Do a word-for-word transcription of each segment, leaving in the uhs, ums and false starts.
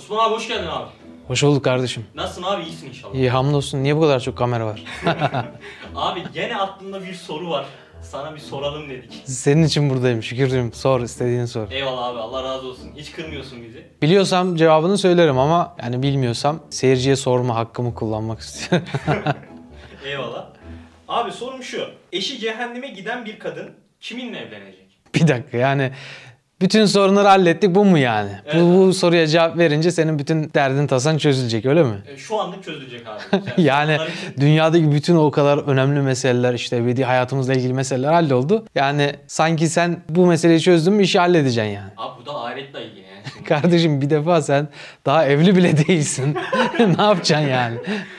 Osman abi hoş geldin abi. Hoş bulduk kardeşim. Nasılsın abi? İyisin inşallah. İyi hamdolsun. Niye bu kadar çok kamera var? Abi gene aklımda bir soru var. Sana bir soralım dedik. Senin için buradayım Şükürcüğüm. Sor, istediğini sor. Eyvallah abi, Allah razı olsun. Hiç kırmıyorsun bizi. Biliyorsam cevabını söylerim ama yani bilmiyorsam seyirciye sorma hakkımı kullanmak istiyorum. Eyvallah. Abi sorum şu. Eşi cehenneme giden bir kadın kiminle evlenecek? Bir dakika yani bütün sorunları hallettik, bu mu yani? Evet. Bu, bu soruya cevap verince senin bütün derdin tasan çözülecek, öyle mi? E, şu anlık çözülecek abi. Yani sorunlar için- dünyadaki bütün o kadar önemli meseleler, işte ebedi hayatımızla ilgili meseleler halloldu. Yani sanki sen bu meseleyi çözdün mü işi halledeceksin yani. Abi bu da ahiretle ilgili yani. Şimdi. Kardeşim bir defa sen daha evli bile değilsin. Ne yapacaksın yani?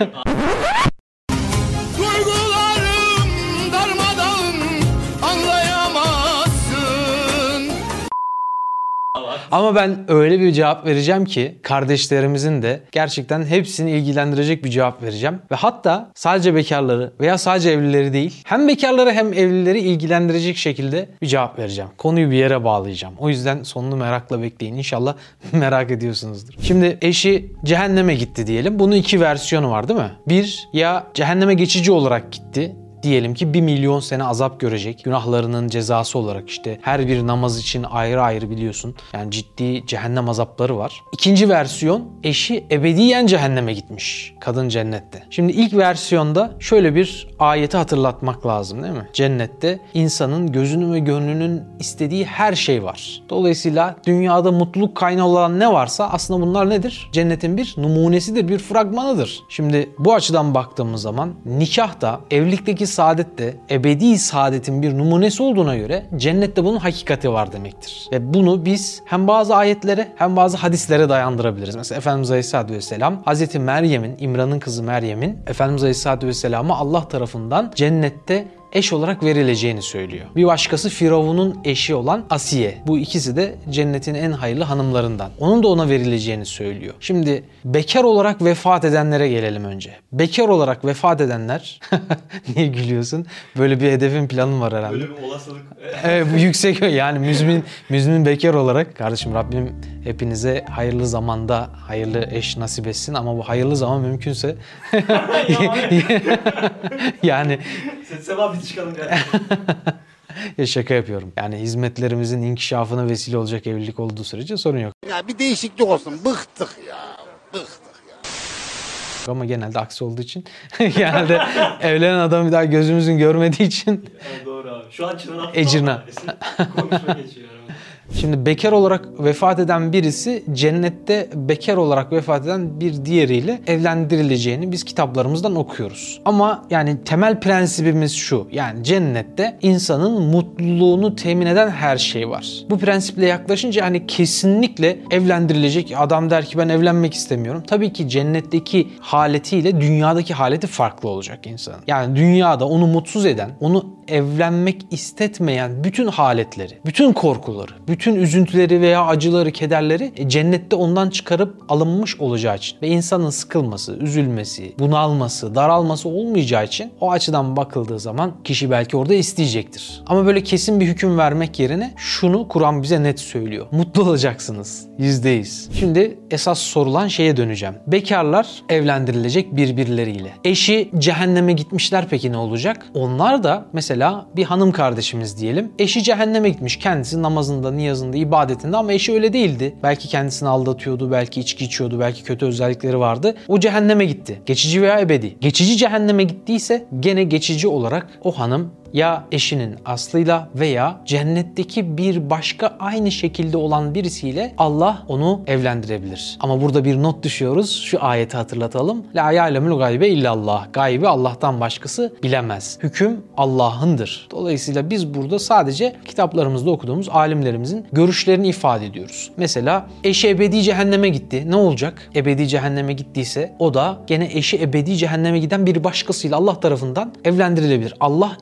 Duygularım darmadağın, anlayamazsın. Ama ben öyle bir cevap vereceğim ki kardeşlerimizin de gerçekten hepsini ilgilendirecek bir cevap vereceğim. Ve hatta sadece bekarları veya sadece evlileri değil, hem bekarları hem evlileri ilgilendirecek şekilde bir cevap vereceğim. Konuyu bir yere bağlayacağım. O yüzden sonunu merakla bekleyin. İnşallah merak ediyorsunuzdur. Şimdi eşi cehenneme gitti diyelim. Bunun iki versiyonu var değil mi? Bir, ya cehenneme geçici olarak gitti. Diyelim ki bir milyon sene azap görecek. Günahlarının cezası olarak işte her bir namaz için ayrı ayrı biliyorsun. Yani ciddi cehennem azapları var. İkinci versiyon, eşi ebediyen cehenneme gitmiş. Kadın cennette. Şimdi ilk versiyonda şöyle bir ayeti hatırlatmak lazım değil mi? Cennette insanın gözünün ve gönlünün istediği her şey var. Dolayısıyla dünyada mutluluk kaynağı olan ne varsa aslında bunlar nedir? Cennetin bir numunesidir, bir fragmanıdır. Şimdi bu açıdan baktığımız zaman nikah da, evlilikteki saadet de ebedi saadetin bir numunesi olduğuna göre cennette bunun hakikati var demektir. Ve bunu biz hem bazı ayetlere hem bazı hadislere dayandırabiliriz. Mesela Efendimiz Aleyhisselatü Vesselam Hazreti Meryem'in, İmran'ın kızı Meryem'in Efendimiz Aleyhisselatü Vesselam'a Allah tarafından cennette eş olarak verileceğini söylüyor. Bir başkası Firavun'un eşi olan Asiye. Bu ikisi de cennetin en hayırlı hanımlarından. Onun da ona verileceğini söylüyor. Şimdi bekar olarak vefat edenlere gelelim önce. Bekar olarak vefat edenler... Niye gülüyorsun? Böyle bir hedefin planın var herhalde. Böyle bir olasılık. Evet, bu yüksek yani müzmin, müzmin bekar olarak kardeşim Rabbim hepinize hayırlı zamanda hayırlı eş nasip etsin ama bu hayırlı zaman mümkünse yani Sesle biz çıkalım yani. ya şaka yapıyorum. Yani hizmetlerimizin inkişafına vesile olacak evlilik olduğu sürece sorun yok. Ya bir değişiklik olsun. Bıktık ya. Bıktık. Ama genelde aksi olduğu için genelde evlenen adamı bir daha gözümüzün görmediği için Evet, doğru abi. Şu an Çınar Altınok Ecirna. konuşma geçiyor. Şimdi bekar olarak vefat eden birisi cennette bekar olarak vefat eden bir diğeriyle evlendirileceğini biz kitaplarımızdan okuyoruz. Ama yani temel prensibimiz şu. Yani cennette insanın mutluluğunu temin eden her şey var. Bu prensiple yaklaşınca hani kesinlikle evlendirilecek adam der ki ben evlenmek istemiyorum. Tabii ki cennetteki haletiyle dünyadaki haleti farklı olacak insanın. Yani dünyada onu mutsuz eden, onu evlenmek istetmeyen bütün haletleri, bütün korkuları, bütün üzüntüleri veya acıları, kederleri e, cennette ondan çıkarıp alınmış olacağı için ve insanın sıkılması, üzülmesi, bunalması, daralması olmayacağı için o açıdan bakıldığı zaman kişi belki orada isteyecektir. Ama böyle kesin bir hüküm vermek yerine şunu Kur'an bize net söylüyor. Mutlu olacaksınız. yüzde yüz. Şimdi esas sorulan şeye döneceğim. Bekarlar evlendirilecek birbirleriyle. Eşi cehenneme gitmişler, peki ne olacak? Onlar da mesela bir hanım kardeşimiz diyelim. Eşi cehenneme gitmiş. Kendisi namazında, niyazında, ibadetinde ama eşi öyle değildi. Belki kendisini aldatıyordu, belki içki içiyordu, belki kötü özellikleri vardı. O cehenneme gitti. Geçici veya ebedi. Geçici cehenneme gittiyse gene geçici olarak o hanım ya eşinin aslıyla veya cennetteki bir başka aynı şekilde olan birisiyle Allah onu evlendirebilir. Ama burada bir not düşüyoruz. Şu ayeti hatırlatalım. La ya'lemul gaybe illallah. Gaybi Allah'tan başkası bilemez. Hüküm Allah'ındır. Dolayısıyla biz burada sadece kitaplarımızda okuduğumuz alimlerimizin görüşlerini ifade ediyoruz. Mesela eşi ebedi cehenneme gitti. Ne olacak? Ebedi cehenneme gittiyse o da gene eşi ebedi cehenneme giden bir başkasıyla Allah tarafından evlendirilebilir. Allah insan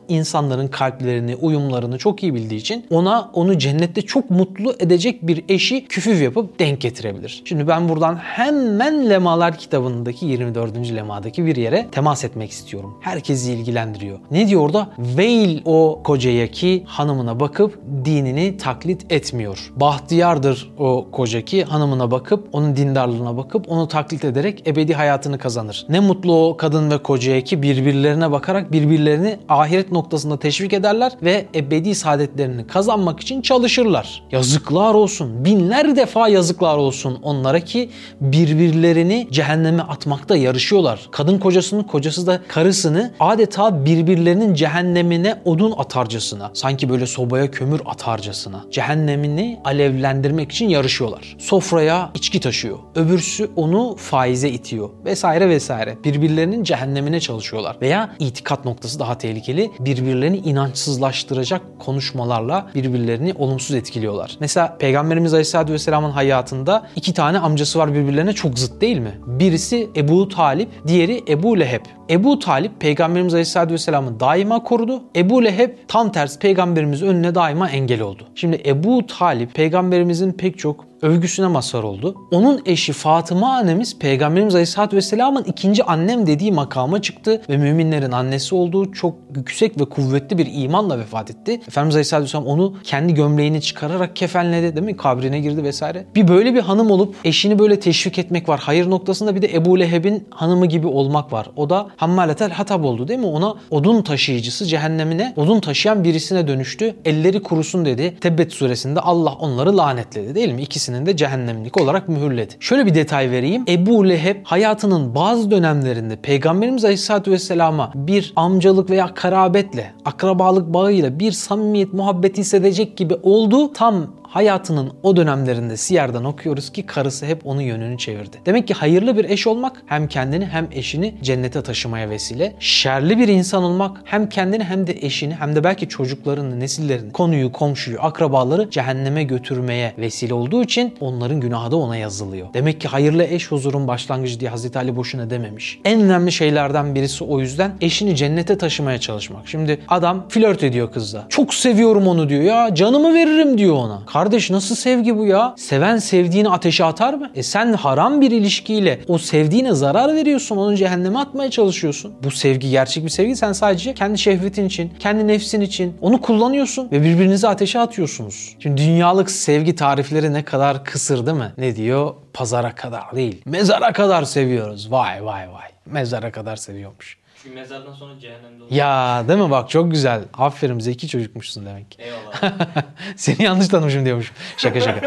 insanların kalplerini, uyumlarını çok iyi bildiği için ona onu cennette çok mutlu edecek bir eşi küfüv yapıp denk getirebilir. Şimdi ben buradan hemen Lemalar kitabındaki yirmi dördüncü lemadaki bir yere temas etmek istiyorum. Herkesi ilgilendiriyor. Ne diyor orada? Veil o kocaya ki hanımına bakıp dinini taklit etmiyor. Bahtiyardır o koca ki hanımına bakıp, onun dindarlığına bakıp onu taklit ederek ebedi hayatını kazanır. Ne mutlu o kadın ve kocaya ki birbirlerine bakarak birbirlerini ahiret noktasında teşvik ederler ve ebedi saadetlerini kazanmak için çalışırlar. Yazıklar olsun. Binler defa yazıklar olsun onlara ki birbirlerini cehenneme atmakta yarışıyorlar. Kadın kocasını, kocası da karısını adeta birbirlerinin cehennemine odun atarcasına, sanki böyle sobaya kömür atarcasına cehennemini alevlendirmek için yarışıyorlar. Sofraya içki taşıyor. Öbürsü onu faize itiyor. Vesaire vesaire. Birbirlerinin cehennemine çalışıyorlar. Veya itikat noktası daha tehlikeli. Birbirlerini inançsızlaştıracak konuşmalarla birbirlerini olumsuz etkiliyorlar. Mesela Peygamberimiz Aleyhisselatü Vesselam'ın hayatında iki tane amcası var, birbirlerine çok zıt değil mi? Birisi Ebu Talip, diğeri Ebu Leheb. Ebu Talip Peygamberimiz Aleyhisselatü Vesselam'ı daima korudu. Ebu Leheb tam tersi Peygamberimiz önüne daima engel oldu. Şimdi Ebu Talip Peygamberimizin pek çok övgüsüne mazhar oldu. Onun eşi Fatıma annemiz Peygamberimiz Aleyhisselatü Vesselam'ın ikinci annem dediği makama çıktı ve müminlerin annesi olduğu çok yüksek ve kuvvetli bir imanla vefat etti. Efendimiz Aleyhisselatü Vesselam onu kendi gömleğini çıkararak kefenledi, değil mi? Kabrine girdi vesaire. Bir böyle bir hanım olup eşini böyle teşvik etmek var. Hayır noktasında bir de Ebu Leheb'in hanımı gibi olmak var. O da hammaletel hatab oldu, değil mi? Ona odun taşıyıcısı, cehennemine odun taşıyan birisine dönüştü. Elleri kurusun dedi. Tebbet suresinde Allah onları lanetledi, değil mi? İkisini de cehennemlik olarak mühürledi. Şöyle bir detay vereyim. Ebu Leheb hayatının bazı dönemlerinde Peygamberimiz Aleyhisselatü Vesselam'a bir amcalık veya karabetle, akrabalık bağıyla bir samimiyet, muhabbet hissedecek gibi oldu. Tam hayatının o dönemlerinde Siyer'den okuyoruz ki karısı hep onun yönünü çevirdi. Demek ki hayırlı bir eş olmak hem kendini hem eşini cennete taşımaya vesile. Şerli bir insan olmak hem kendini hem de eşini hem de belki çocuklarını, nesillerini, konuyu, komşuyu, akrabaları cehenneme götürmeye vesile olduğu için onların günahı da ona yazılıyor. Demek ki hayırlı eş huzurun başlangıcı diye Hazreti Ali boşuna dememiş. En önemli şeylerden birisi o yüzden eşini cennete taşımaya çalışmak. Şimdi adam flört ediyor kızla. Çok seviyorum onu diyor ya, canımı veririm diyor ona. Kardeş nasıl sevgi bu ya? Seven sevdiğini ateşe atar mı? E sen haram bir ilişkiyle o sevdiğine zarar veriyorsun. Onu cehenneme atmaya çalışıyorsun. Bu sevgi gerçek bir sevgi. Sen sadece kendi şehvetin için, kendi nefsin için onu kullanıyorsun ve birbirinizi ateşe atıyorsunuz. Şimdi dünyalık sevgi tarifleri ne kadar kısır değil mi? Ne diyor? Pazara kadar değil. Mezara kadar seviyoruz. Vay vay vay. Mezara kadar seviyormuş. Çünkü mezardan sonra cehennemde olur. Ya değil mi bak, çok güzel. Aferin, zeki çocukmuşsun demek ki. Eyvallah. Seni yanlış tanımışım diyormuşum. Şaka şaka.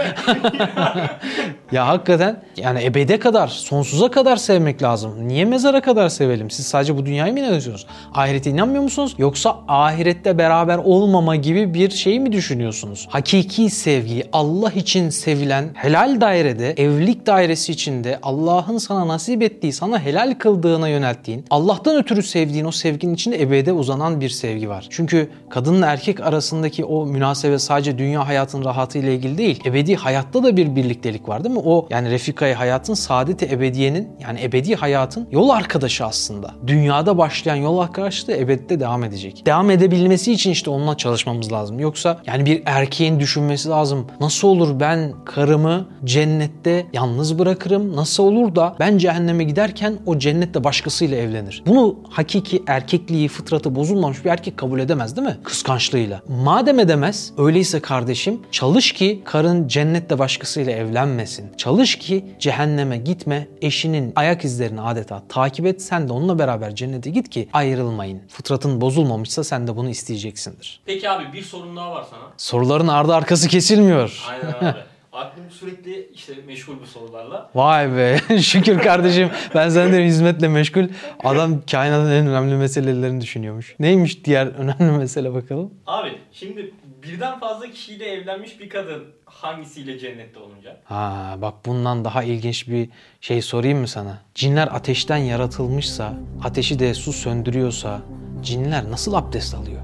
Ya hakikaten yani ebede kadar, sonsuza kadar sevmek lazım. Niye mezara kadar sevelim? Siz sadece bu dünyayı mı inanıyorsunuz? Ahirete inanmıyor musunuz? Yoksa ahirette beraber olmama gibi bir şey mi düşünüyorsunuz? Hakiki sevgi, Allah için sevilen, helal dairede, evlilik dairesi içinde Allah'ın sana nasip ettiği, sana helal kıldığına yönelttiğin, Allah'tan ötürü sevdiğin o sevginin içinde ebede uzanan bir sevgi var. Çünkü kadınla erkek arasındaki o münasebet sadece dünya hayatının rahatı ile ilgili değil. Ebedi hayatta da bir birliktelik var, değil mi? O yani Refika-i hayatın, saadet-i ebediyenin, yani ebedi hayatın yol arkadaşı aslında. Dünyada başlayan yol arkadaşlığı ebedde devam edecek. Devam edebilmesi için işte onunla çalışmamız lazım. Yoksa yani bir erkeğin düşünmesi lazım. Nasıl olur ben karımı cennette yalnız bırakırım? Nasıl olur da ben cehenneme giderken o cennette başkasıyla evlenir? Bunu hakiki erkekliği, fıtratı bozulmamış bir erkek kabul edemez, değil mi? Kıskançlığıyla. Madem edemez, öyleyse kardeşim çalış ki karın cennette başkasıyla evlenmesin. Çalış ki cehenneme gitme, eşinin ayak izlerini adeta takip et. Sen de onunla beraber cennete git ki ayrılmayın. Fıtratın bozulmamışsa sen de bunu isteyeceksindir. Peki abi bir sorun daha var sana. Soruların ardı arkası kesilmiyor. Aynen abi. Aklım sürekli işte meşgul bu sorularla. Vay be, şükür kardeşim, ben senden hizmetle meşgul. Adam kainatın en önemli meselelerini düşünüyormuş. Neymiş diğer önemli mesele bakalım? Abi şimdi birden fazla kişiyle evlenmiş bir kadın hangisiyle cennette olunca? Ha bak, bundan daha ilginç bir şey sorayım mı sana? Cinler ateşten yaratılmışsa, ateşi de su söndürüyorsa cinler nasıl abdest alıyor?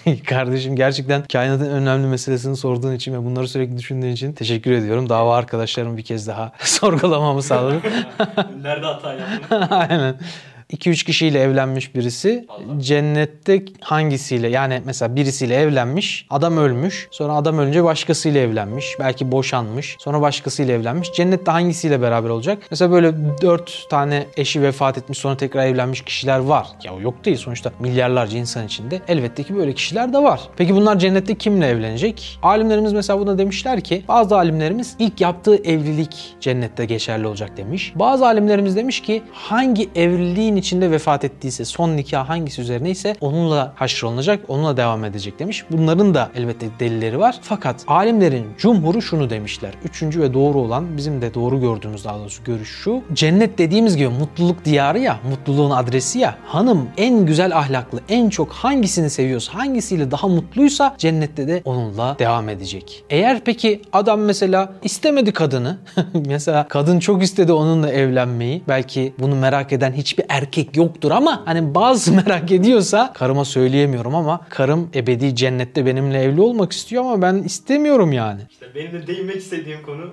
Kardeşim gerçekten kainatın önemli meselesini sorduğun için ve bunları sürekli düşündüğün için teşekkür ediyorum. Dava arkadaşlarım bir kez daha sorgulamamı sağladı. Nerede hata yaptın? Aynen. iki üç kişiyle evlenmiş birisi. Allah. Cennette hangisiyle? Yani mesela birisiyle evlenmiş. Adam ölmüş. Sonra adam ölünce başkasıyla evlenmiş. Belki boşanmış. Sonra başkasıyla evlenmiş. Cennette hangisiyle beraber olacak? Mesela böyle dört tane eşi vefat etmiş sonra tekrar evlenmiş kişiler var. Ya yok değil sonuçta milyarlarca insan içinde. Elbette ki böyle kişiler de var. Peki bunlar cennette kimle evlenecek? Alimlerimiz mesela buna demişler ki bazı alimlerimiz ilk yaptığı evlilik cennette geçerli olacak demiş. Bazı alimlerimiz demiş ki hangi evliliğin içinde vefat ettiyse, son nikah hangisi üzerine ise onunla haşrolunacak, onunla devam edecek demiş. Bunların da elbette delilleri var. Fakat alimlerin cumhuru şunu demişler. Üçüncü ve doğru olan, bizim de doğru gördüğümüz daha doğrusu görüş şu. Cennet dediğimiz gibi mutluluk diyarı ya, mutluluğun adresi ya. Hanım en güzel ahlaklı, en çok hangisini seviyorsa, hangisiyle daha mutluysa cennette de onunla devam edecek. Eğer peki adam mesela istemedi kadını, mesela kadın çok istedi onunla evlenmeyi, belki bunu merak eden hiçbir erkek yoktur ama hani bazı merak ediyorsa, karıma söyleyemiyorum ama karım ebedi cennette benimle evli olmak istiyor ama ben istemiyorum yani. İşte benim de değinmek istediğim konu.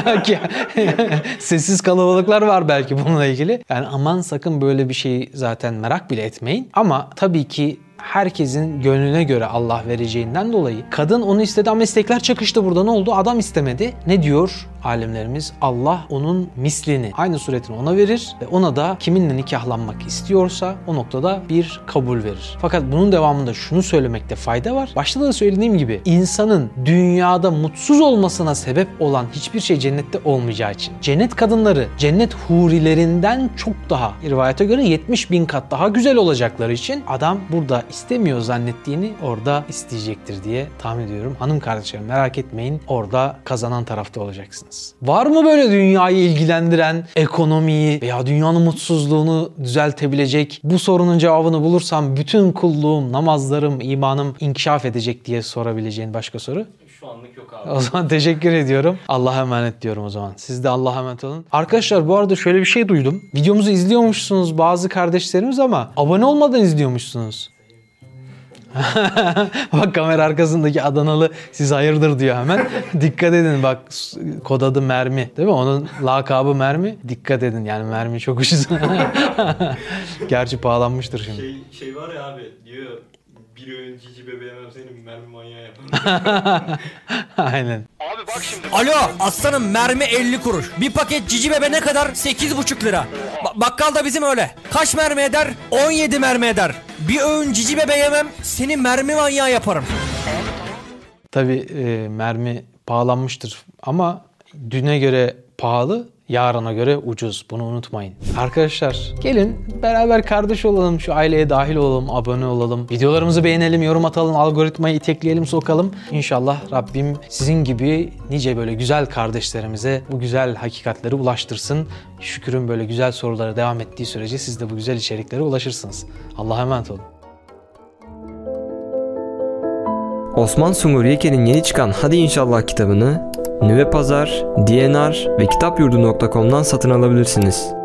Sessiz kalabalıklar var belki bununla ilgili. Yani aman sakın böyle bir şeyi zaten merak bile etmeyin. Ama tabii ki herkesin gönlüne göre Allah vereceğinden dolayı kadın onu istedi ama istekler çakıştı burada. Ne oldu? Adam istemedi. Ne diyor alimlerimiz? Allah onun mislini, aynı suretini ona verir ve ona da kiminle nikahlanmak istiyorsa o noktada bir kabul verir. Fakat bunun devamında şunu söylemekte fayda var. Başta da söylediğim gibi insanın dünyada mutsuz olmasına sebep olan hiçbir şey cennette olmayacağı için. Cennet kadınları cennet hurilerinden çok daha, rivayete göre yetmiş bin kat daha güzel olacakları için adam burada istemiyor zannettiğini orada isteyecektir diye tahmin ediyorum. Hanım kardeşlerim merak etmeyin, orada kazanan tarafta olacaksınız. Var mı böyle dünyayı ilgilendiren, ekonomiyi veya dünyanın mutsuzluğunu düzeltebilecek, bu sorunun cevabını bulursam bütün kulluğum, namazlarım, imanım inkişaf edecek diye sorabileceğin başka soru? Şu anlık yok abi. O zaman teşekkür ediyorum. Allah'a emanet diyorum o zaman. Siz de Allah'a emanet olun. Arkadaşlar bu arada şöyle bir şey duydum. Videomuzu izliyormuşsunuz bazı kardeşlerimiz ama abone olmadan izliyormuşsunuz. Bak kamera arkasındaki Adanalı siz hayırdır diyor hemen. Dikkat edin bak, kod adı Mermi değil mi? Onun lakabı Mermi. Dikkat edin yani mermi çok ucuz. Gerçi pahalanmıştır şimdi. Şey, şey var ya abi diyor, bir öğün cici bebeğemem seni mermi manyağı yaparım. Aynen. Abi bak şimdi. Alo aslanım, mermi elli kuruş. Bir paket cici bebe ne kadar? sekiz buçuk lira. Ba- bakkal da bizim öyle. Kaç mermi eder? on yedi mermi eder. Bir öğün cici bebe yemem, seni mermi manyağı yaparım. Tabii e, mermi pahalanmıştır ama düne göre pahalı, yarına göre ucuz. Bunu unutmayın. Arkadaşlar gelin beraber kardeş olalım. Şu aileye dahil olalım. Abone olalım. Videolarımızı beğenelim. Yorum atalım. Algoritmayı itekleyelim, sokalım. İnşallah Rabbim sizin gibi nice böyle güzel kardeşlerimize bu güzel hakikatleri ulaştırsın. Şükürün böyle güzel sorulara devam ettiği sürece siz de bu güzel içeriklere ulaşırsınız. Allah'a emanet olun. Osman Sungur Yeke'nin yeni çıkan Hadi İnşallah kitabını Nüve Pazar, D N R ve kitapyurdu nokta com'dan satın alabilirsiniz.